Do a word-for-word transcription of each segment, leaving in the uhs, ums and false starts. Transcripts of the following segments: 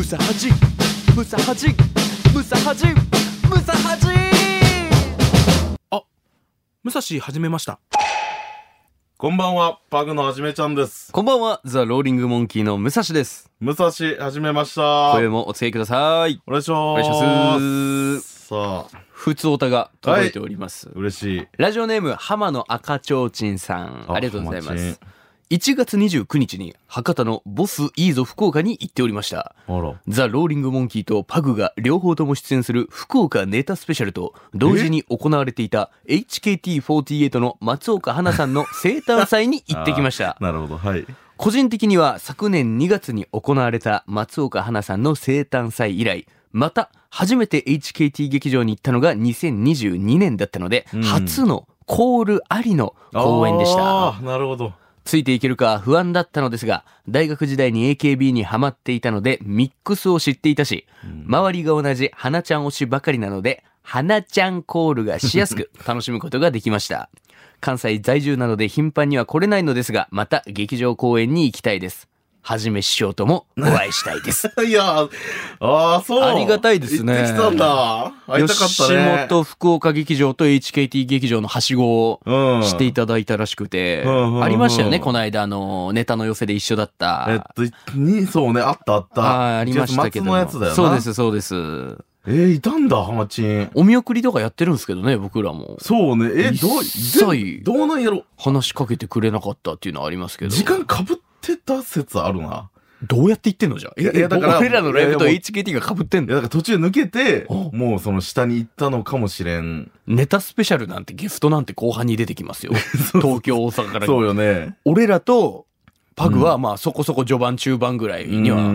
サハジムサハジムサハジムサハジ。あ、武蔵始めました。 こんばんは、パグのはじめちゃんです。 こんばんは、ザ・ローリング・モンキーの武蔵です。 武蔵始めました。 声もお付き合いください。 お願いします。お願いします。 さあ、 ふつおたが届いております。 はい、嬉しい。 ラジオネーム浜野赤ちょうちんさん、ありがとうございます。いちがつにじゅうくにちに博多のボスいいぞ福岡に行っておりました。 あら。 ザ・ローリング・モンキーとパグが両方とも出演する福岡ネタスペシャルと同時に行われていた エイチケーティーフォーティーエイト の松岡花さんの生誕祭に行ってきました。 なるほど、はい。 個人的には昨年にがつに行われた松岡花さんの生誕祭以来、また初めて エイチケーティー 劇場に行ったのがにせんにじゅうにねんだったので、うん、初のコールありの公演でした。 ああ、なるほど。 ついていけるか不安だったのですが、大学時代に エーケービー にハマっていたのでミックスを知っていたし、うん、周りが同じ花ちゃん推しばかりなので花ちゃんコールがしやすく楽しむことができました。関西在住なので頻繁には来れないのですが、また劇場公演に行きたいです。はじめ師匠ともお会いしたいです。 いや、ああ、そう。 ありがたいですね。 行ってきたんだ。会いたかったね。 吉本福岡劇場と エイチケーティー 劇場のはしごをしていただいたらしくて、うん、ありましたよね、この間、あの、ネタの寄せで一緒だった。 えっと、に、そうね、あったあった。 はい、ありましたけど。 松のやつだよな。 そうです、そうです。 えー、いたんだ、ハマチン。 お見送りとかやってるんですけどね、僕らも。 そうね、え、 どう、一切、 どうなんやろ。 話しかけてくれなかったっていうのはありますけど。 時間被ってた説あるな。 どうやって言ってんのじゃん。 いや、いやだから俺らのライブと エイチケーティー が被ってんの。 いや、だから途中抜けて、もうその下に行ったのかもしれん。 ネタスペシャルなんてゲストなんて後半に出てきますよ。東京、大阪から。 そうよね。 俺らと、パグはまあそこそこ序盤中盤ぐらいには、うん、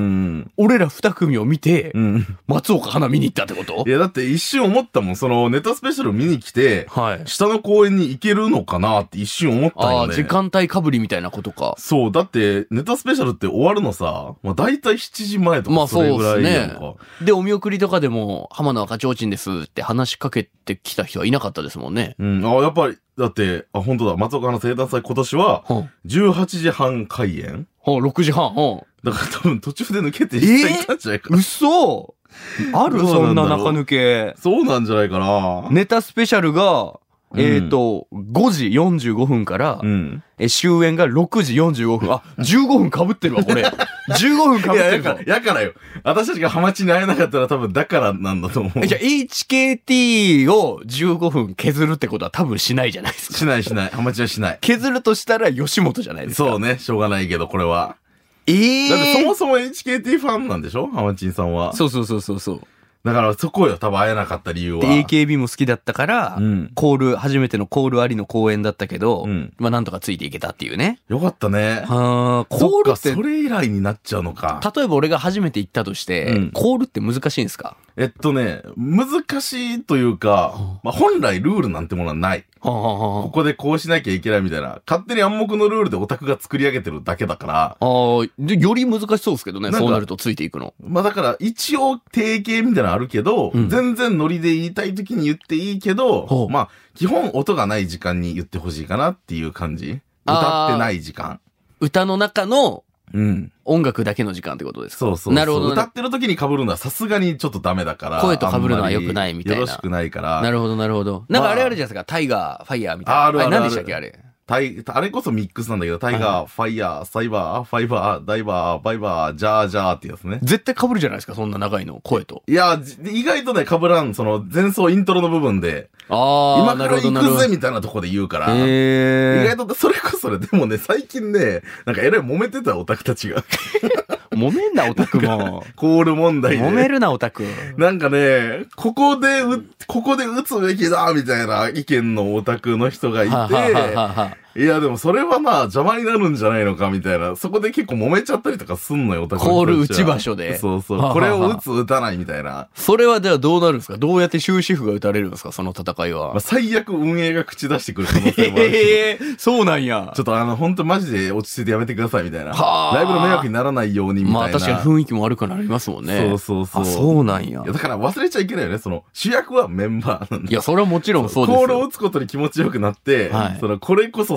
俺ら二組を見て、うん、松岡花見に行ったってこと？ いやだって一瞬思ったもん、そのネタスペシャル見に来て、はい、下の公園に行けるのかなって一瞬思ったんよね。 ああ、時間帯かぶりみたいなことか。 そう、だってネタスペシャルって終わるのさ、まあ大体しちじまえとかそれぐらいやんか。まあそうですね。 で、お見送りとかでも、浜野赤ちょうちんですって話しかけてきた人はいなかったですもんね。 うん、あやっぱり、だって、あ、本当だ、松岡の生誕祭今年は、じゅうはちじはん開演？ はあ、ろくじはん。はあ、だから多分途中で抜けて実際行ったんじゃないかな。 えー、嘘あるそんな中抜け。 そうなんじゃないかな。 ネタスペシャルが、えっと、ごじよんじゅうごふんから、うん、え終演がろくじよんじゅうごふん。あ、じゅうごふん被ってるわ、これ。じゅうごふん被ってるぞ。 いや、やからよ。私たちがハマチに会えなかったら多分だからなんだと思う。 じゃあ エイチケーティー をじゅうごふん削るってことは多分しないじゃないですか。 しないしない。ハマチはしない。 削るとしたら吉本じゃないですか。 そうね。しょうがないけど、これは。 ええー。 だってそもそも エイチケーティー ファンなんでしょハマチンさんは。 そうそうそうそうそう。 だからそこよ、多分会えなかった理由は。 エーケービー も好きだったから、うん、コール、初めてのコールありの公演だったけど、うん、まあなんとかついていけたっていうね。 よかったね。 はあ、コールって。それ以来になっちゃうのか。 例えば俺が初めて行ったとして、うん、コールって難しいんですか？ えっとね、難しいというか、まあ本来ルールなんてものはない。はあはあ、ここでこうしなきゃいけないみたいな、勝手に暗黙のルールでオタクが作り上げてるだけだから。ああ、で、より難しそうですけどね、そうなるとついていくの。 まあだから、一応定型みたいなのあるけど、うん、全然ノリで言いたい時に言っていいけど、まあ、基本音がない時間に言ってほしいかなっていう感じ。歌ってない時間。 歌の中の、 うん。 音楽だけの時間ってことですか？ そうそうそう。 なるほど。 歌ってる時に被るのはさすがにちょっとダメだから。 声と被るのは良くないみたいな。 よろしくないから。 なるほど、なるほど。なんかあれあるじゃないですか。タイガー、ファイヤーみたいな。 あるあるある。 何でしたっけあれ。 タイ、あれこそミックスなんだけど、タイガー、ファイヤー、サイバー、ファイバー、ダイバー、バイバー、ジャージャーってやつね。 絶対被るじゃないですか、そんな長いの、声と。 いや、意外とね、被らん、その、前奏イントロの部分で、 あ今から行くぜみたいなとこで言うから、意外と、それこそね、でもね、最近ね、なんかえらい揉めてたオタクたちが。 揉めんな、オタクも。 コール問題で。 揉めるな、オタク。 なんかね、ここでう、ここで打つべきだみたいな意見のオタクの人がいて、はははは、いやでもそれはまあ邪魔になるんじゃないのかみたいな、そこで結構揉めちゃったりとかすんのよ、オタクの人。 コール打ち場所で。 そうそう。はははこれを打つ打たないみたいな。 それはではどうなるんですか？どうやって終止符が打たれるんですか？その戦いは。 まあ、最悪運営が口出してくる可能性もある。 えー、そうなんや。 ちょっとあの、本当マジで落ち着いてやめてくださいみたいな。ライブの迷惑にならないようにみたいな。まあ確かに雰囲気も悪くなりますもんね。 そうそうそう。 あ、そうなんや。 いやだから忘れちゃいけないよね。その、主役はメンバーなんだ。 いや、それはもちろんそうですよ。 コールを打つことに気持ちよくなって、はい、その、これこそ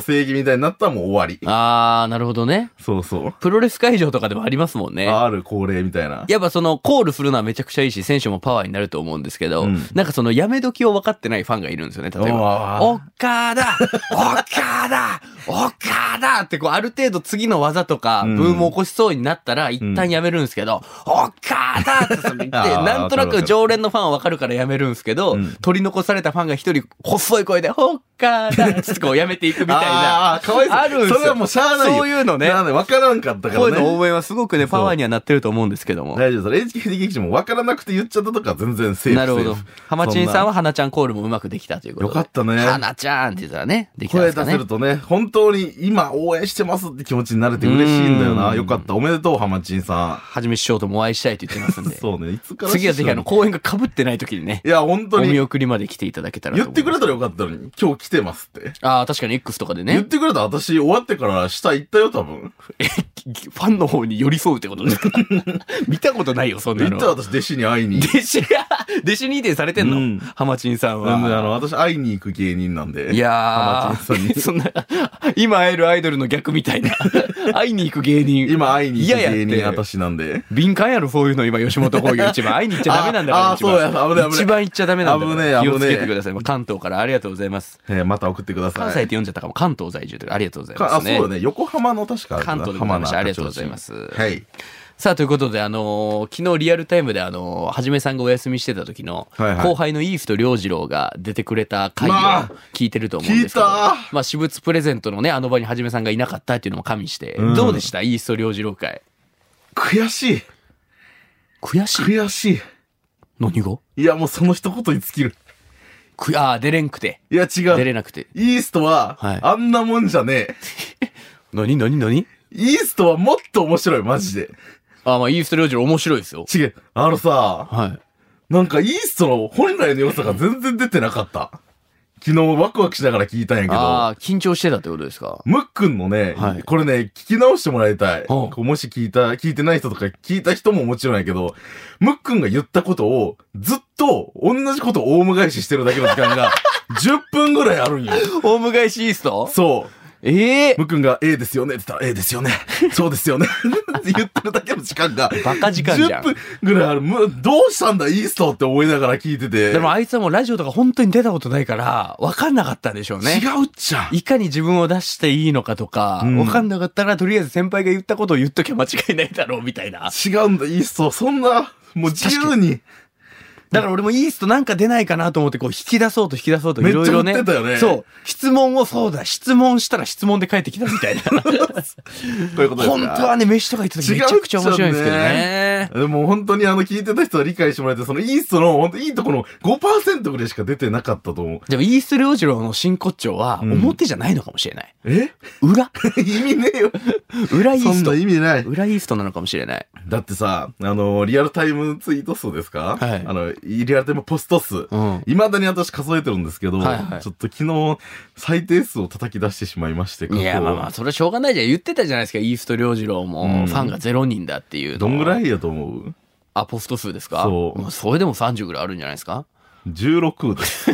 正義みたいになったらもう終わり。 あー、なるほどね。 そうそう。 プロレス会場とかでもありますもんね。 ある恒例みたいな。 やっぱそのコールするのはめちゃくちゃいいし、選手もパワーになると思うんですけど、 うんなんかそのやめ時を分かってないファンがいるんですよね。例えば、岡田岡田岡田ってこうある程度次の技とか、 うんブームを起こしそうになったら一旦やめるんですけど、岡田ってその言って、 あーなんとなく常連のファンは分かるからやめるんですけど、 うん取り残されたファンが一人細い声で、岡田ってこうやめていくみたいな。 ああ、かわいそう。 あるんすよ。 それはもうしゃあないよ。 そういうのね。 なんで分からんかったからね。 声の応援はすごくね、パワーにはなってると思うんですけども。 大丈夫です。エイチケーティー 劇場も分からなくて言っちゃったとか全然セーフ。 なるほどセーフ。 浜ちんさんは花ちゃんコールもうまくできたということで。 よかったね花ちゃんって言ったらね、できたんで声出すかね。 せるとね、本当に今応援してますって気持ちになれて嬉しいんだよな。 うんよかった。おめでとう、浜ちんさはじめ師匠ともお会いしたいと言ってますんん。 で。 そうね。いつから次はぜひあの、公演が被ってない時にね、 いや、本当お見に。 送りまで来ていただけたらと言思います。 ってくれたらよかったのに。今日来てますって。 ああ、確かに X とかでね。 言ってくれたら私終わってから下行ったよ、多分。 え、ファンの方に寄り添うってことですか見たことないよ、そんなの。 行ったら私弟子に会いに。 弟子が、弟子認定されてんの、 うん浜ちんさんは。 なんで、あの、私会いに行く芸人なんで。 いや浜ちんさんにー、そんな、今会えるアイドルの逆みたいな。会いに行く芸人。 今会いに行く芸嫌やって人私なんで。 敏感やろ、そういうの今、吉本興業一番。会いに行っちゃダメなんだから、 ああ、 一番そうや、危ねえ危ねえ。 一番行っちゃダメなんだから。 危ねえ危ねえ気をつけてください。関東からありがとうございます。 えーまた送ってください。 関西って読んじゃったかも。関東在住というかありがとうございかあ、 ますね。 そうよね。横浜の確か。 関東でございましたありがとうございますはい。 さあ、ということで、あのー昨日リアルタイムで、あのーはじめさんがお休みしてた時の、 はいはい後輩のイースト良次郎が出てくれた回をまあ聞いてると思うんですけど、 聞いたまあ、私物プレゼントのね、あの場にはじめさんがいなかったっていうのも加味して、 うんどうでしたイースト良次郎会。 悔しい。 悔しい悔しい。 何がいや、もうその一言に尽きる。 くあー出れんくて。 いや、違う。 出れなくて。 イーストは、 はいあんなもんじゃね何何何え。イーストはもっと面白い、マジで。 あ、まあ、イースト良次郎面白いですよ。 違う。あのさ、 はい。 なんかイーストの本来の良さが全然出てなかった。昨日ワクワクしながら聞いたんやけど。 ああ、緊張してたってことですか。 ムックンのね、 はいこれね、聞き直してもらいたい。 ほうもし聞いた、聞いてない人とか聞いた人ももちろんやけど、ムックンが言ったことをずっと同じことをオウム返ししてるだけの時間がじゅっぷんぐらいあるんよ。 オウム返しイーストそう。 ええムックンが A ですよねって言ったら A ですよね。そうですよね。って言ってるだけの時間が。 バカ時間じゃんじゅっぷんぐらいある。むどうしたんだイーストって思いながら聞いてて。 でもあいつはもうラジオとか本当に出たことないから、わかんなかったんでしょうね。 違うっちゃ。 いかに自分を出していいのかとか、 うんわかんなかったらとりあえず先輩が言ったことを言っときゃ間違いないだろうみたいな。 違うんだ、イースト。そんな、もう自由に。 だから俺もイーストなんか出ないかなと思ってこう引き出そうと引き出そうといろいろね。 めっちゃ振ってたよねそう。質問をそうだ、質問したら質問で返ってきたみたいな。 こういうことですか。 本当はね、飯とか言ってた時めちゃくちゃ面白いんですけどね。 でも本当にあの聞いてた人は理解してもらえて、そのイーストの本当いいところの ごパーセント ぐらいしか出てなかったと思う。 でもイースト良次郎の真骨頂はうん表じゃないのかもしれない。 え裏意味ねえよ。 裏イーストそんな。意味ない。 裏イーストなのかもしれない。 だってさ、あの、リアルタイムツイート数ですかはいあの、リアルタイムポスト数。 うん。 未だに私数えてるんですけど、 はいはいちょっと昨日最低数を叩き出してしまいまして、 いや、まあまあ、それはしょうがないじゃん。言ってたじゃないですか、イースト良次郎うんも、ファンがゼロにんだっていうの。 どんぐらいいやと思うあ、ポスト数ですかそうまあそれでもさんじゅうぐらいあるんじゃないですかじゅうろく です。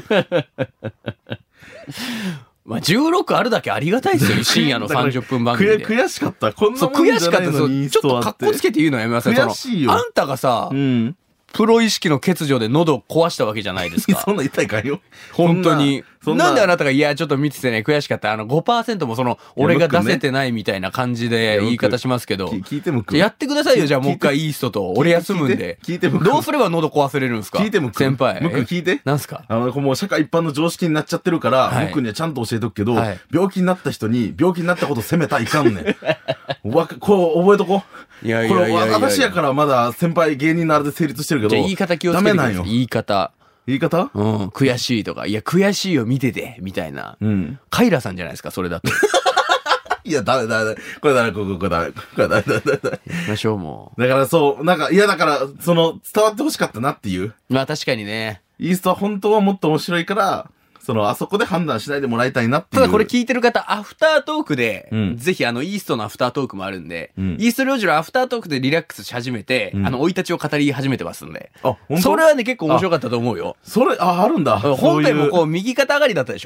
まあ、じゅうろくあるだけありがたいですよね、深夜のさんじゅっぷん番組で。 悔悔しかった。こんなそう、 もんじゃ悔しかった。そう、 ないのに、 ちょっと格好つけて言うのやめません。その悔しいよあんたがさう、ん。 プロ意識の欠如で喉壊したわけじゃないですか。 そんな痛いかんよ。 本当に。 そんなんであなたが、いや、ちょっと見ててね、悔しかった。あの、ごパーセントもその、俺が出せてないみたいな感じで言い方しますけど。 き聞いてむくん。 やってくださいよ、じゃあもう一回聞いイーストと。俺休むんで。 聞いてむくん。 どうすれば喉壊せれるんですか聞いてむくん。 先輩。 むくんえ聞いて。 なんすかあの、もう社会一般の常識になっちゃってるから、 はいむくんにはちゃんと教えとくけど、 はい病気になった人に病気になったこと責めたらいかんねん。わかこう覚えとこう。 いやいこれやいやいや。 私やからまだ先輩芸人のあれで成立してるけど、 じゃあ言い方気をつけてください。 ダメなんよ。 言い方。 言い方うん、悔しいとか。いや、悔しいよ、見てて、みたいな。 うん。 カイラさんじゃないですか、それだと。 いや、ダメダメダメ。これダメ、これこれダメ。これダメダメダメダメ。 行きましょう、もだからそう、なんか、いやだから、その、伝わってほしかったなっていう。 う。まあ確かにね。 イーストは本当はもっと面白いから、その、あそこで判断しないでもらいたいなっていう。 ただこれ聞いてる方、アフタートークで、 うんぜひあの、イーストのアフタートークもあるんで、 うんイースト領事のアフタートークでリラックスし始めて、 うんあの、生い立ちを語り始めてますんで。 あ、本当それはね、結構面白かったと思うよ。 それ、あ、あるんだ。 本編もこうう、右肩上がりだったでしょ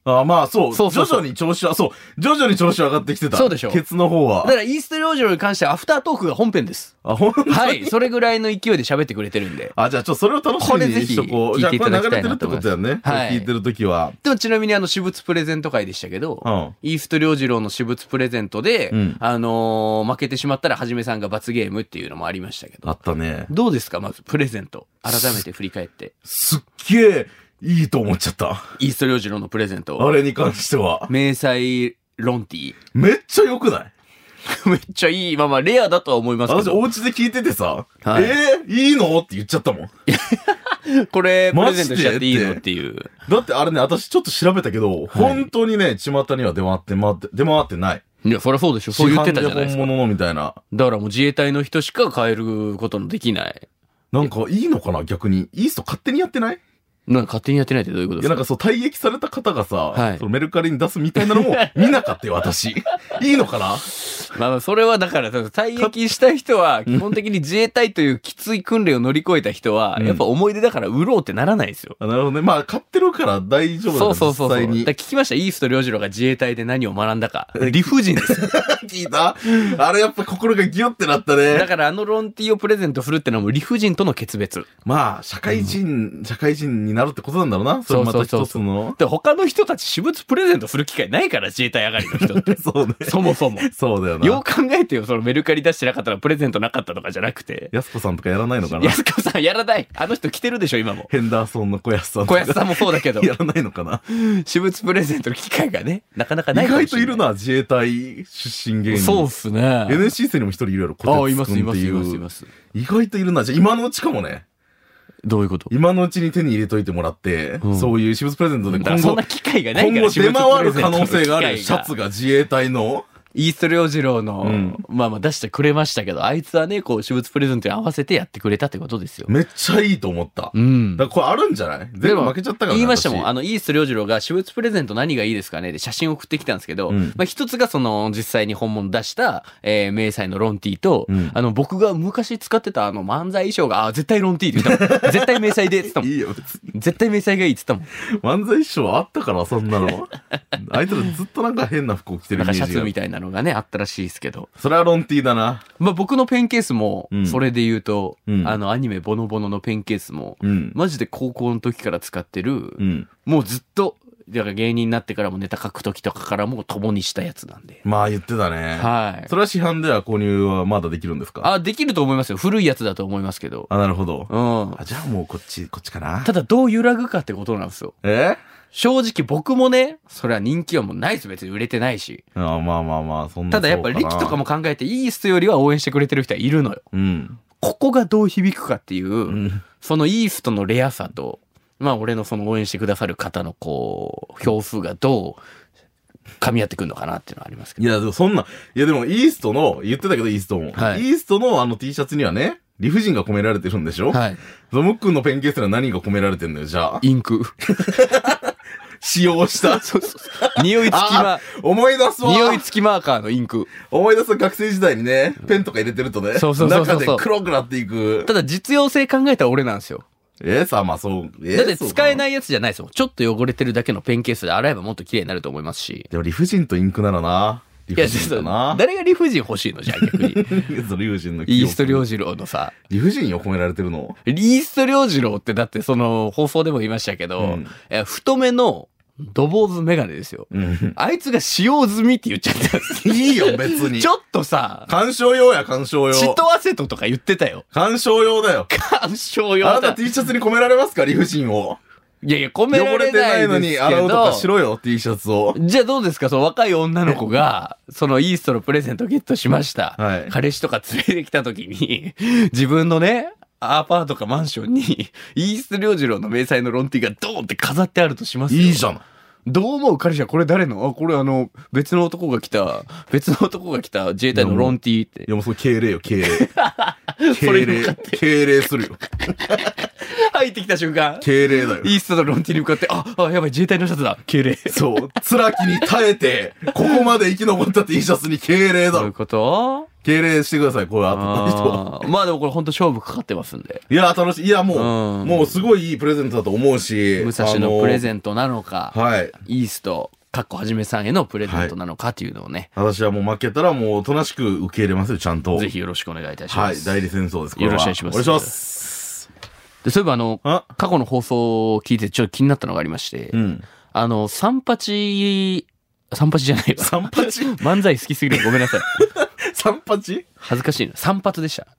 ああ、まあそう。 そうそうそう徐々に調子は、そう。徐々に調子は上がってきてた。 そうでしょケツの方は。 だからイースト領事郎に関してはアフタートークが本編です。 あ、ほんとにはい。それぐらいの勢いで喋ってくれてるんで。 あ、じゃあちょっとそれを楽しみにしとこう。 これぜひ聞いていただきたいなと思いますじゃあこれ流れてるってことだよね。 はいこれ聞いてるときは。 でもちなみにあの私物プレゼント会でしたけど、 うんイースト領事郎の私物プレゼントで、 うんあのー負けてしまったらはじめさんが罰ゲームっていうのもありましたけど。 あったね。 どうですかまずプレゼント。改めて振り返って。 すっげえいいと思っちゃった。 イースト領事郎のプレゼント。 あれに関しては。 迷彩ロンティめっちゃ良くないー。めっちゃいい。まあまあレアだとは思いますけ私ど。 お家で聞いててさ、 はいえー、いいのって言っちゃったもん。 これプマジでレゼントしちゃっていいのっていう。 だってあれね、私ちょっと調べたけど、本当にね、巷には出回って、回って、出回ってない。 いや、そりゃそうでしょ。そう言ってたじゃないですか。 市販で本物のみたいな。 だからもう自衛隊の人しか買えることのできない。 なんかいいのかな逆に。イースト勝手にやってないなんか勝手にやってないってどういうこといや、 ですか？ なんかそう、退役された方がさ、 はいそのメルカリに出すみたいなのも見なかったよ、私。いいのかなまあまあ、それはだから、退役した人は、基本的に自衛隊というきつい訓練を乗り越えた人は、 うんやっぱ思い出だから売ろうってならないですよ。 あなるほどね。まあ、買ってるから大丈夫だそうそうそうそう。だ実際にから聞きました。イースト領事郎が自衛隊で何を学んだか。理不尽ですよ。 聞いたあれやっぱ心がギュってなったね。 だからあのロンティーをプレゼントするってのはもう理不尽との決別。 まあ、社会人、社会人になるってことなんだろうな。それまた一つの。 で、他の人たち私物プレゼントする機会ないから、自衛隊上がりの人って。 そうね。 そもそも。 そうだよな。 よう考えてよ、そのメルカリ出してなかったらプレゼントなかったとかじゃなくて。 やすこさんとかやらないのかな安子さんやらない。あの人来てるでしょ、今も。 ヘンダーソンの小安さんとか。 小安さんもそうだけど。 やらないのかな私物プレゼントの機会がね、なかなかない意かもしれない。 外といるな、自衛隊出身芸人。 そうっすね。 エヌエスシー 生にも一人いるやろ、 ああ、います、 小鉄くんっていいます、います、 う。 います。 意外といるな。じゃあ今のうちかもね。 どういうこと？ 今のうちに手に入れといてもらって、 うんそういう私物プレゼントで今後だからそんな、機会がないから、 今後出回る可能性があるよ。 私物プレゼントの機会シャツが自衛隊の。 イースト領事郎の、 うんまあまあ出してくれましたけど、あいつはね、こう、私物プレゼントに合わせてやってくれたってことですよ。 めっちゃいいと思った。 うん。 だからこれあるんじゃない全部負けちゃったからね言いましたもん。 私あの、イースト領事郎が私物プレゼント何がいいですかねで写真送ってきたんですけど、 うんまあ一つがその、実際に本物出した、えー、迷彩のロンティーと、 うんあの、僕が昔使ってたあの、漫才衣装が、あ、絶対ロンティーって言ったもん。絶対迷彩でって言ったもん。 いいよ、別に。 絶対迷彩がいいって言ったもん。 漫才衣装あったから、そんなの。あいつらずっとなんか変な服を着てるなんかシャイメージが。 ツみたいなのがね、あったらしいですけど。 それはロンティーだな。 まあ僕のペンケースもう、んそれで言うと、 うんあの、アニメボノボノのペンケースも、 うん。 マジで高校の時から使ってる、 うん。 もうずっと、だから芸人になってからもネタ書く時とかからも共にしたやつなんで。 まあ言ってたね。 はい。 それは市販では購入はまだできるんですかあ、できると思いますよ。古いやつだと思いますけど。 あ、なるほど。 うん。 あ、じゃあもうこっち、こっちかな。 ただどう揺らぐかってことなんですよ。 え正直僕もね、それは人気はもうないです。別に売れてないし。 あまあまあまあ、そんな。 ただやっぱ力とかも考えて、イーストよりは応援してくれてる人はいるのよ。 うん。 ここがどう響くかっていう、 うん。 そのイーストのレアさと、まあ俺のその応援してくださる方のこう、票数がどう噛み合ってくるのかなっていうのはありますけど。 いや、でもそんな、いやでもイーストの、言ってたけどイーストも。 はいイーストのあの T シャツにはね、理不尽が込められてるんでしょはい。 ゾムックンのペンケースには何が込められてんのよ、じゃあ。 インク。 使用した。 そうそうそう。匂い付きマあ思い出すわ。 匂い付きマーカーのインク。 思い出す学生時代にね、ペンとか入れてるとね、 そうそうそうそう中で黒くなっていく。 ただ実用性考えたら俺なんですよ。 えー、さあまあそう。えー、 だって使えい。 ないやつじゃないですもん。ちょっと汚れてるだけのペンケースで洗えばもっと綺麗になると思いますし。 でも理不尽とインクならな。理いや、 不尽ちょっとだな。 誰が理不尽欲しいのじゃあ逆に。 そう理不尽のイースト領事。 事郎のさ、 理不尽よ込められてるの。 イースト領事郎ってだってその放送でも言いましたけど、 うんいや太めのドボーズメガネですよ。 うん。 あいつが使用済みって言っちゃったんです。 いいよ、別に。 ちょっとさ、 鑑賞用や、鑑賞用。 チトアセトとか言ってたよ。 鑑賞用だよ。 干渉用だあなた。T シャツに込められますか理不尽を。 いやいや、込められ汚れてないのにないですけ洗うとかど。 しろよ、T シャツを。 じゃあどうですかその若い女の子が、そのイーストのプレゼントゲットしました。 はい彼氏とか連れてきた時に、自分のね、アパートかマンションに、イースト領事郎の迷彩のロンティがドーンって飾ってあるとしますよ。 いいじゃん。 どう思う彼氏はこれ誰のあ、これあの、別の男が来た、別の男が来た自衛隊のロンティってい。やもうそれ敬礼よ、敬礼。 そ敬礼れに向かっ、 敬礼するよ。 あ入ってきた瞬間。 敬礼だよ。 イーストのロンティに向かって、あ、あ、やばい、自衛隊のシャツだ。敬礼。 そう。辛きに耐えて、ここまで生き残った T シャツに敬礼だろ。 どういうこと敬礼してください、こういう後の人は。 あーまあでもこれ本当勝負かかってますんで。 いや、楽しい。いや、もう、 うんもうすごいいいプレゼントだと思うし。 武蔵のプレゼンントなのか、 はい。 イースト、かっこはじめさんへのプレゼントなのかっていうのをね、 私はもう負けたらもうおとなしく受け入れますよ、ちゃんと。 ぜひよろしくお願いいたしはい、 ます。 代理戦争です。これはよろしくお願いしますお願いします。 で、そういえばあの、 あ過去の放送を聞いてちょっと気になったのがありまして、 うん。 あの、三八、三八じゃないわ。 三八漫才好きすぎるごめんなさい。 三八恥ずかしいな。三発でした。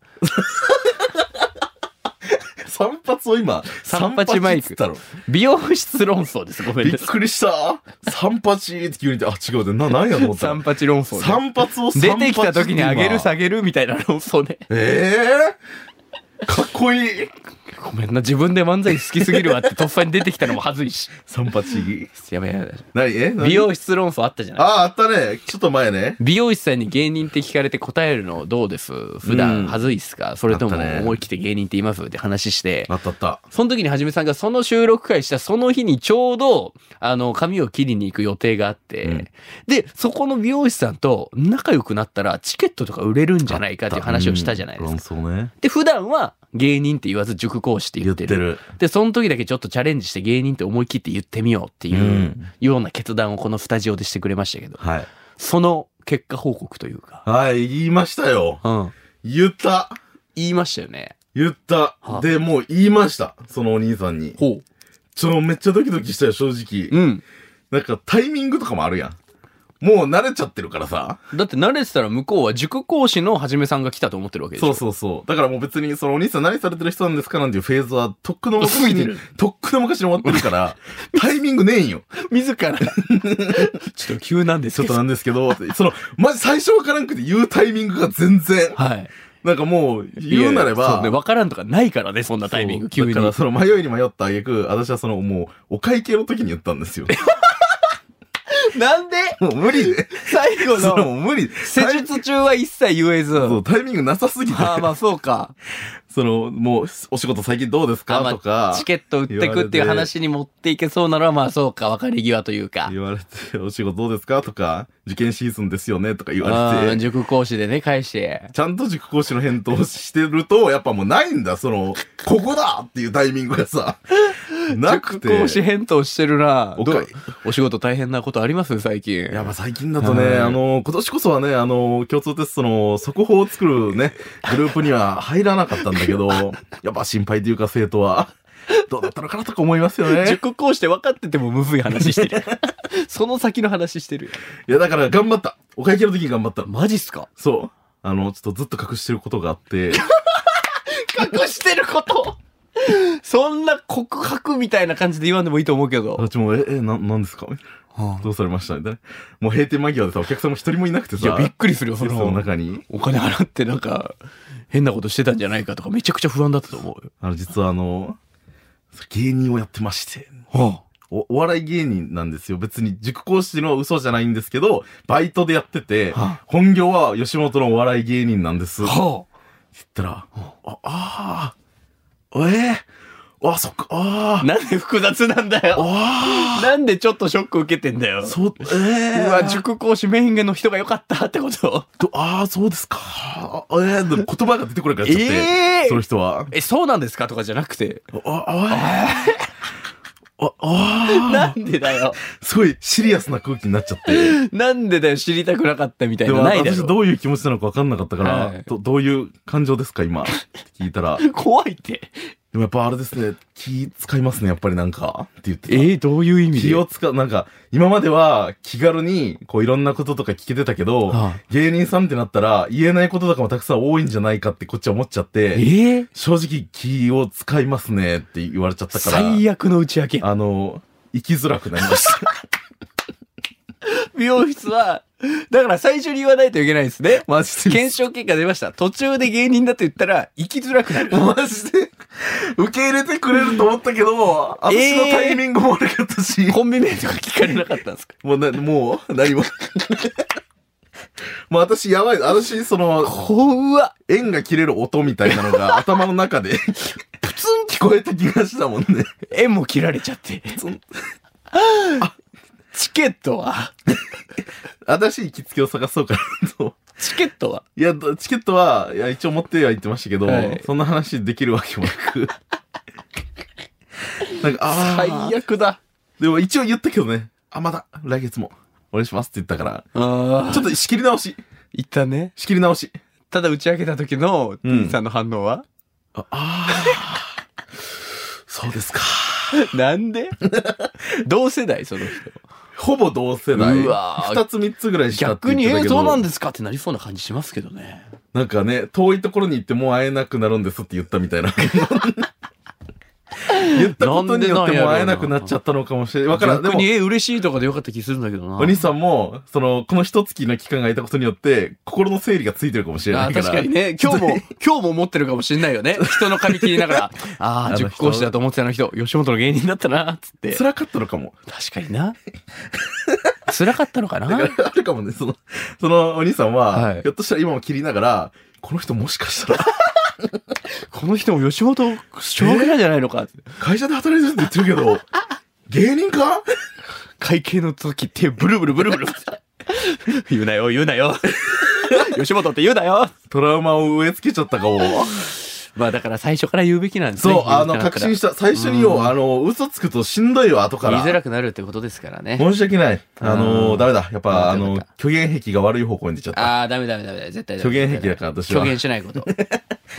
三髪を今、 三八マイク三八っつったろ。 美容室論争です。ごめんびっなさい。 くりした。三八って急に言って、あ、違うで、な、何やと思ったら三。八論争ね。 三髪を三八出てきた時に上げるさ。 下げるみたいな論争ね。 ええー、かっこいい。 ごめんな、自分で漫才好きすぎるわってとっさに出てきたのも恥ずいし。 三八。 やべえ。 何え何美容室論争あったじゃない。 ああ、あったね。ちょっと前ね。 美容師さんに芸人って聞かれて答えるのどうです普段恥ずいっすか、それともあったね思い切って芸人って言いますって話して、 あったあった。 その時にはじめさんがその収録会したその日にちょうど、あの、髪を切りに行く予定があって、 うんで、そこの美容師さんと仲良くなったらチケットとか売れるんじゃないかっていう話をしたじゃないですか。 うん、そうね。 で、普段は芸人って言わず塾講師って言ってる。 言ってるで、その時だけちょっとチャレンジして芸人って思い切って言ってみようっていう、 うんような決断をこのスタジオでしてくれましたけど、 はい。 その結果報告というか、 はい、言いましたよ。 うん。 言った。 言いましたよね。 言ったは。 で、もう言いました。そのお兄さんに。 ほちょ、めっちゃドキドキしたよ、正直。 う。うん。 なんかタイミングとかもあるやん。もう慣れちゃってるからさ。 だって慣れてたら向こうは塾講師のはじめさんが来たと思ってるわけでしょ。 そうそうそう。だからもう別に、そのお兄さん何されてる人なんですかなんていうフェーズは、とっくの昔に過ぎてる、 とっくの昔に終わってるから、タイミングねえんよ。 自ら。ちょっと急なんですけど。 ちょっとなんですけど、その、マジ最初わからんくて言うタイミングが全然、 はい。 なんかもう、言うなれば、 いやいやそうね、わからんとかないからね、そんなタイミング、急に。 だからその迷いに迷った挙句、私はそのもう、お会計の時に言ったんですよ。 なんでもう無理で。 最後それの、 もう無理。 施術中は一切言えず。 そう、タイミングなさすぎて。 ああ、まあそうか。 その、もう、お仕事最近どうですあまあかとか。 チケット売ってくっていう話に持っていけそうなのは、まあそうか、別れ際というか。 言われて、お仕事どうですかとか、受験シーズンですよねとか言わああ、 れて、 塾講師でね、返して。 ちゃんと塾講師の返答してると、やっぱもうないんだ、その、ここだっていうタイミングがさ、なくて。 塾講師返答してるな。 おかどうお仕事大変なことあります最近。 いや、まあ最近だとね、 はいあの、今年こそはね、あの、共通テストの速報を作るね、グループには入らなかったんだけど、やっぱ心配というか生徒は、どうだったのかなとか思いますよね。 塾講師で分かっててもむずい話してる。その先の話してるよ。 いや、だから頑張った。お会計の時に頑張ったの。 マジっすかそう。あの、ちょっとずっと隠してることがあって、 隠してることそんな告白みたいな感じで言わんでもいいと思うけど。 私も、え、え、な、なんですかみたいな。どうされましたみたいな。もう閉店間際でさ、お客さんも一人もいなくてさ、 いや、びっくりするよ、そテストのの。 中に。 お金払ってなんか、変なことしてたんじゃないかとかめちゃくちゃ不安だったと思うよ。 あの、実はあの、芸人をやってまして。 はお、お笑い芸人なんですよ。別に塾講師の嘘じゃないんですけど、バイトでやってて、 は本業は吉本のお笑い芸人なんです。 あ、 って言はったら、あ、あー、えー、あ、そっか、ああ。なんで複雑なんだよ。 あ、 なんでちょっとショック受けてんだよ。 あそう、えー、 うわ、塾講師メインの人が良かったってこととああ、そうですか。あえー、でも言葉が出てこなくなっちゃって、 えーその人は。 え、そうなんですかとかじゃなくて。 あ、あ、あ、あ、 なんでだよ。 すごいシリアスな空気になっちゃって。 なんでだよ、知りたくなかったみたいな。 でもないだろ。 私どういう気持ちなのか分かんなかったから、 はいどどういう感情ですか今って聞いたら、 怖いって。 でもやっぱあれですね、気使いますね、やっぱりなんか、って言ってた。 えー、どういう意味で気を使う、なんか、今までは気軽に、こういろんなこととか聞けてたけど、 はあ芸人さんってなったら、言えないこととかもたくさん多いんじゃないかってこっちは思っちゃって、 えー、 正直気を使いますねって言われちゃったから、 最悪の打ち明け。 あの、生きづらくなりました。 美容室は、だから最初に言わないといけないですね。 マジで。 検証結果出ました。途中で芸人だと言ったら、生きづらくなる。 マジで、受け入れてくれると思ったけど、私のタイミングも悪かったし、 コンビ名とか聞かれなかったんですかもうな、もう、何も。もう私やばい。私、その、 怖っ。 縁が切れる音みたいなのが頭の中で、プツン聞こえた気がしたもんね。 縁も切られちゃって。 そんチケットは新しい行きつけを探そうかなと。 チケットはいや、チケットは、いや、一応持っては言ってましたけど、 はい、 そんな話できるわけもなく。なんか、ああ。最悪だ。 でも一応言ったけどね。あ、まだ、来月も、お願いしますって言ったから。 あちょっと仕切り直し。 言ったね。 仕切り直し。 ただ打ち上げた時の、ティンさんの反応は、 うん、ああ。そうですか。 なんで同世代その人。 ほぼ同世代。 うわ二つ三つぐらいしたって言ってたけど。 逆に、えー、そうなんですかってなりそうな感じしますけどね。 なんかね、遠いところに行ってもう会えなくなるんですって言ったみたいな。言ったことによってもう会えなくなっちゃったのかもしれない。わからん。 逆に、えー、嬉しいとかでよかった気するんだけどな。 お兄さんも、その、この一月の期間がいたことによって、心の整理がついてるかもしれないから。 あ、確かにね。今日も、今日も思ってるかもしれないよね。人の髪切りながら、ああ、塾講師だと思ってたの人、吉本の芸人だったな、つって。 辛かったのかも。 確かにな。辛かったのかな。 だからあるかもね、その、そのお兄さんは、 はい、 ひょっとしたら今も切りながら、この人もしかしたら、 この人も吉本小学なんじゃないのかって、 会社で働いてるって言ってるけど、芸人か会計の時手ブルブルブルブル。言うなよ、言うなよ。吉本って言うなよ。 トラウマを植え付けちゃったかも。 まあだから最初から言うべきなんですね。 そう、あの、確信した。最初によ、あの、嘘つくとしんどいよ、後から。 言いづらくなるってことですからね。 申し訳ない。あの、ダメだ。やっぱ、あの、虚言癖が悪い方向に出ちゃった。 ああ、ダメダメダメ。絶対ダメ。 虚言癖だから私は。 虚言しないこと。うん。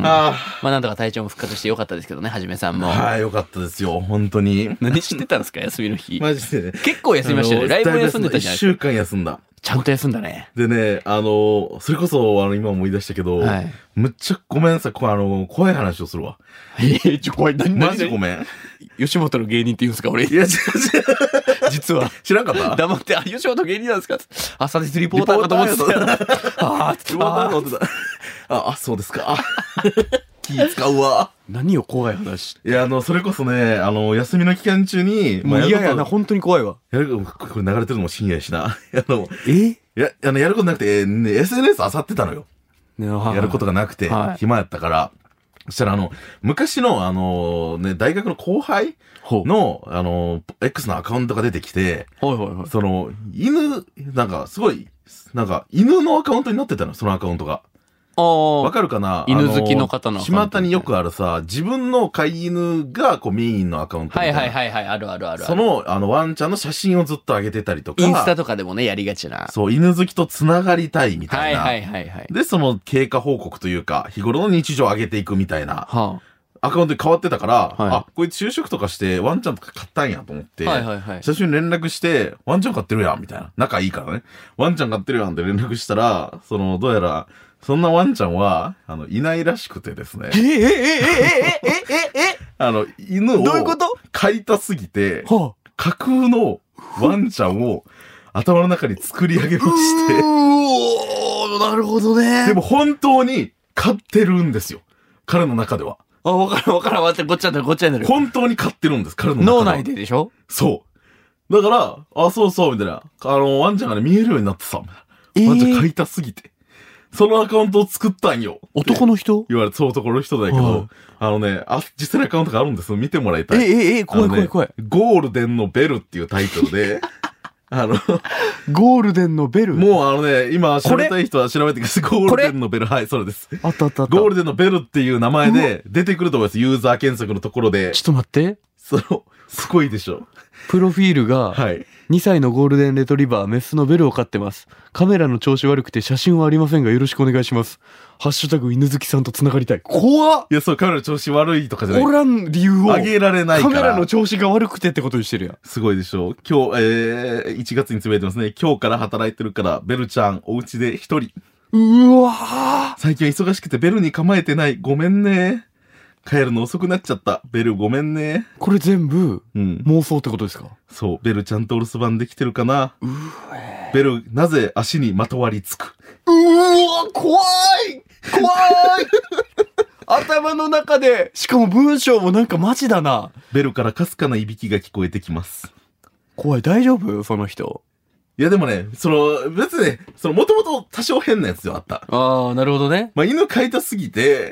あまあなんとか体調も復活してよかったですけどね、はじめさんも。 はい、よかったですよ、本当に。 何してたんですか、休みの日。 マジでね。 結構休みましたよね。ライブも休んでたじゃないですか。 いっしゅうかん休んだ。 ちゃんと休んだね。 でね、あの、それこそ、あの、今思い出したけど、はい、むっちゃごめんなさい、こあの、怖い話をするわ。 えちょ、怖い、何マジごめん。 吉本の芸人って言うんですか、俺。いや、違う違う。 実は。 知らんかった黙って、あ、吉本芸人なんですか朝ですリポーターかと思ってたよ。 ああ、リポーターかと思ってた。あ、あ、そうですか。気使うわ。 何よ、怖い話。 いや、あの、それこそね、あの、休みの期間中に、 もう嫌やな、本当に怖いわ。 やる、これ流れてるのも深夜やしな。あの、 えいや、あの、やることなくて、ね、エスエヌエス 漁ってたのよ。やることがなくて、はい、暇やったから。そしたら、あの、昔の、あの、ね、大学の後輩の、あの、X のアカウントが出てきて、 はいはいはい、 その、犬、なんか、すごい、なんか、犬のアカウントになってたの、そのアカウントが。わかるかな、 犬好きの方の。 巷によくあるさ、自分の飼い犬がこうメインのアカウントみたいな。 はいはいはいはい、あるあるある。 その、あの、ワンちゃんの写真をずっと上げてたりとか。 インスタとかでもね、やりがちな。 そう、犬好きと繋がりたいみたいな。 はいはいはいはい。 で、その経過報告というか、日頃の日常を上げていくみたいな。はあ、アカウントに変わってたから、はい、あ、こいつ就職とかしてワンちゃんとか飼ったんやと思って、はいはいはい、最初に連絡して、ワンちゃん飼ってるやんみたいな。仲いいからね。ワンちゃん飼ってるやんって連絡したら、その、どうやら、そんなワンちゃんは、あの、いないらしくてですね。 えええええええええあの、犬を、 どういうこと飼いたすぎて、はあ、架空のワンちゃんを頭の中に作り上げまして。うおー、なるほどね。 でも本当に飼ってるんですよ。彼の中では。 あ、わからんわからん。待って、こっちゃなる、こっちゃなる。 本当に飼ってるんです、彼の中では。 脳内ででしょ？ そう。だから、あ、そうそう、みたいな。あの、ワンちゃんがね、見えるようになってさ、えー、ワンちゃん飼いたすぎて。そのアカウントを作ったんよ。 男の人言われて、そう男の人だけど、あのね、あ、実際のアカウントがあるんです。見てもらいたい。 え、え、え、怖い怖い怖い。 ゴールデンのベルっていうタイトルで、あの、 ゴールデンのベルもうあのね、今調べたい人は調べてください。ゴールデンのベル。はい、それです。 あったあったあった。 ゴールデンのベルっていう名前で出てくると思います。ユーザー検索のところで。 ちょっと待って。 その、すごいでしょ。 プロフィールが、 はい。 にさいのゴールデンレトリバー、メスのベルを飼ってます。カメラの調子悪くて写真はありませんがよろしくお願いします。ハッシュタグ犬好きさんと繋がりたい。怖っ！ いや、そう、カメラの調子悪いとかじゃない。 おらん理由を。 あげられないから。 カメラの調子が悪くてってことにしてるやん。 すごいでしょ。今日、えー、いちがつにつぶやいてますね。今日から働いてるから、ベルちゃん、お家で一人。 うわー！ 最近は忙しくてベルに構えてない。ごめんね。帰るの遅くなっちゃった。ベルごめんね。 これ全部、 うん、 妄想ってことですか？ そう。ベルちゃんとお留守番できてるかな。 うベル、なぜ足にまとわりつく？ うわ、怖い怖い頭の中で、しかも文章もなんかマジだな。 ベルからかすかないびきが聞こえてきます。 怖い、大丈夫？その人。 いやでもね、その、別にね、その、もともと多少変なやつではあった。 ああ、なるほどね。 まあ、犬飼いたすぎて、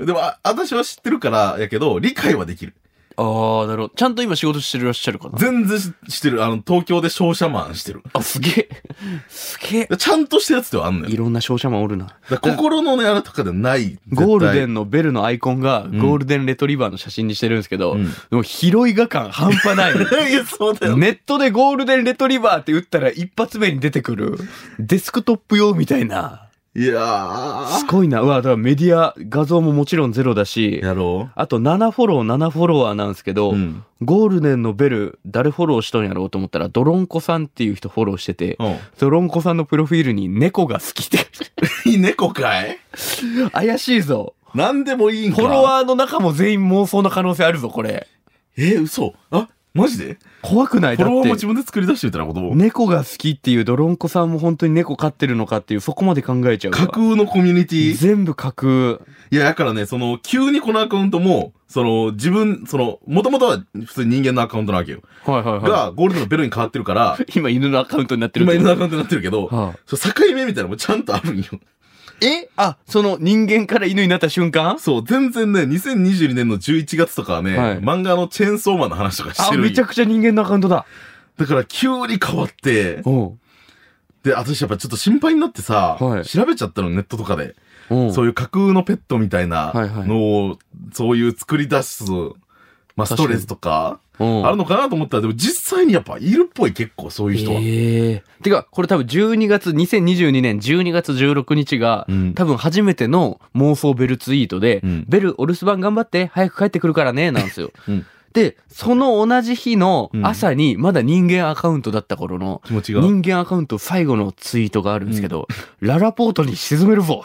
でも、あ私は知ってるから、やけど、理解はできる。 ああ、なるほど。ちゃんと今仕事してるらっしゃるかな。 全然ししてる。あの、東京で商社マンしてる。 あ、すげえ。すげえ。 ちゃんとしたやつではあんのよ。 いろんな商社マンおるな。 だから心のね、あれとかではない。 ゴールデン。 ンのベルのアイコンがんゴールデンレトリバーの写真にしてるんですけど、 うんでも広い画感半端ない。 いや、そうだよ。 ネットでゴールデンレトリバーって打ったら一発目に出てくるデスクトップ用みたいな。 いやー。 すごいな。うわ、だからメディア画像ももちろんゼロだし、 やろあとななフォローななフォロワーなんですけど、 う。うん。 ゴールデンのベル誰フォローしとんやろうと思ったらドロンコさんっていう人フォローしてて、 うん。 ドロンコさんのプロフィールに猫が好きって猫かい怪しいぞ。 なんでもいいんか。 フォロワーの中も全員妄想の可能性あるぞ、これ。 えー、嘘あ、マジで怖くない？ フォロワーもだって自分で作り出してみたいなことを。 猫が好きっていうドロンコさんも本当に猫飼ってるのかっていう、そこまで考えちゃうわ。 架空のコミュニティ。 全部架空。 いや、だからね、その、急にこのアカウントも、その、自分、その、もともとは普通に人間のアカウントなわけよ。 はいはいはが、ゴールデンのベルに変わってるから、 い。今犬のアカウントになってる。 今犬のアカウントになってるけど、 はあそう境目みたいなのもちゃんとあるんよ。 えあ、その人間から犬になった瞬間？ そう、全然ね、にせんにじゅうにねんのじゅういちがつとかはね、 はい漫画のチェーンソーマンの話とかしあ、 てるんよめちゃくちゃ人間のアカウントだ。 だから急に変わって、 おうで、私やっぱちょっと心配になってさ、 はい調べちゃったの、ネットとかで。 おうそういう架空のペットみたいなはいはいのを、そういう作り出す、まあ、ストレスとか、 おうあるのかなと思ったら、でも実際にやっぱいるっぽい、結構そういう人は。 ええてか、これ多分じゅうにがつ、にせんにじゅうにねんじゅうにがつじゅうろくにちが、 うん多分初めての妄想ベルツイートで、 うんベルお留守番頑張って早く帰ってくるからね、なんですよ。 うんで、その同じ日のうん朝に、まだ人間アカウントだった頃の、 気持ちが。 人間アカウント最後のツイートがあるんですけど、ララポートに沈めるぞ。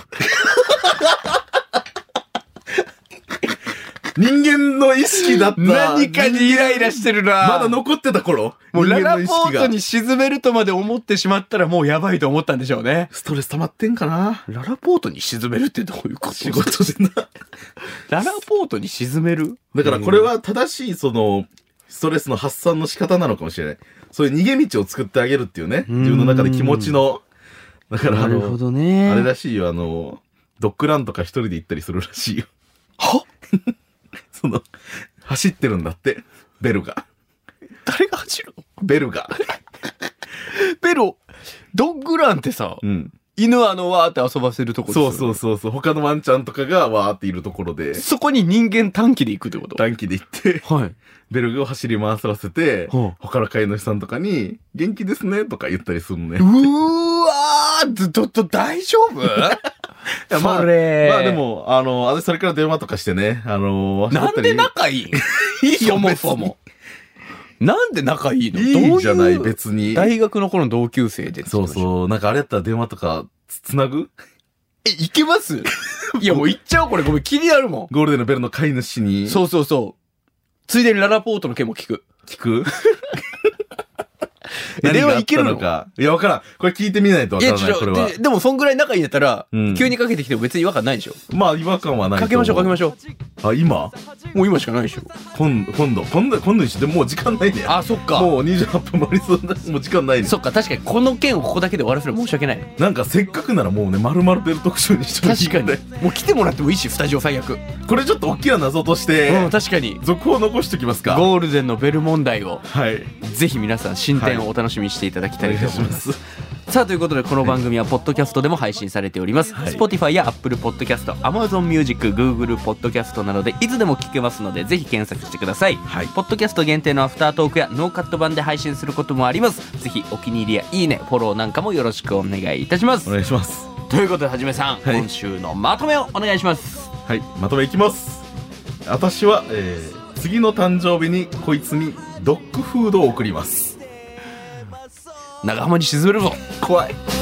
人間の意識だった。 何かにイライラしてるな。 まだ残ってた頃。 もうラ人間ラポの意識がートに沈めるとまで思ってしまったらもうやばいと思ったんでしょうね。 ストレス溜まってんかなララポートに沈めるってどういうこと？ 仕事でな。 ララポートに沈める？ だからこれは正しい、その、ストレスの発散の仕方なのかもしれない。そういう逃げ道を作ってあげるっていうね。自分の中で気持ちの。だからあなるほの、 どね。 あれらしいよ、あの、ドッグランとか一人で行ったりするらしいよ。 はその、走ってるんだって。ベルが。 誰が走るの？ ベルが。 ベロ、ドッグランってさ、 うん。 犬あのわーって遊ばせるとこですよそうそうそうそう。他のワンちゃんとかがわーっているところで、 そこに人間短期で行くってこと？ 短期で行って、 はい。 ベルグを走り回らせて、 はあ他の飼い主さんとかに、元気ですねとか言ったりするのね。 うーわーずっと大丈夫？ いやまあ、 それまあでも、あの、私それから電話とかしてね、あの、 なんで仲いい？ いいよそもそも。なんで仲いいの？ いどういういじゃない、別に。 大学の頃の同級生で。 そうそう。なんかあれやったら電話とかつ、つなぐえ、いけますいやもう行っちゃおうこれ。ごめん、気になるもゴールデンのベルの飼い主に。 ん。そうそうそう。ついでにララポートの件も聞く。 聞くえ電話いけるの何があったのか。いや、わからん。これ聞いてみないとわからない、これはで。でもそんぐらい仲いいんだったら、 うん急にかけてきても別に違和感ないでしょ。 まあ、違和感はないと思う。 かけましょうかけましょう。あ、今う。もう今しかないでしょ。 今度、今度、今度、今度にして、もう時間ないね。 あ、そっか。 もうにじゅうはっぷん回りそうだ。もう時間ないね。 そっか、確かにこの件をここだけで終わらせるの申し訳ない。 なんかせっかくならもうね、丸々ベル特集にしてもいい確かに。もう来てもらってもいいし、スタジオ最悪。 これちょっと大きな謎として、 うん、確かに。 続報を残しておきますか。 ゴールデンのベル問題を、 はい。 ぜひ皆さん進展をお楽しみにしていただきたいと思います。 お願いしさあということでこの番組はポッドキャストでも配信されております、 はい Spotify や Apple Podcast、Amazon Music、Google Podcast などでいつでも聞けますのでぜひ検索してください、 はいポッドキャスト限定のアフタートークやノーカット版で配信することもあります。ぜひお気に入りやいいねフォローなんかもよろしくお願いいたしますお願いします。 ということではじめさん、 はい今週のまとめをお願いします。 はい、まとめいきます。私は、えー、次の誕生日にこいつにドッグフードを送ります。 長浜に沈めるぞ。 怖い。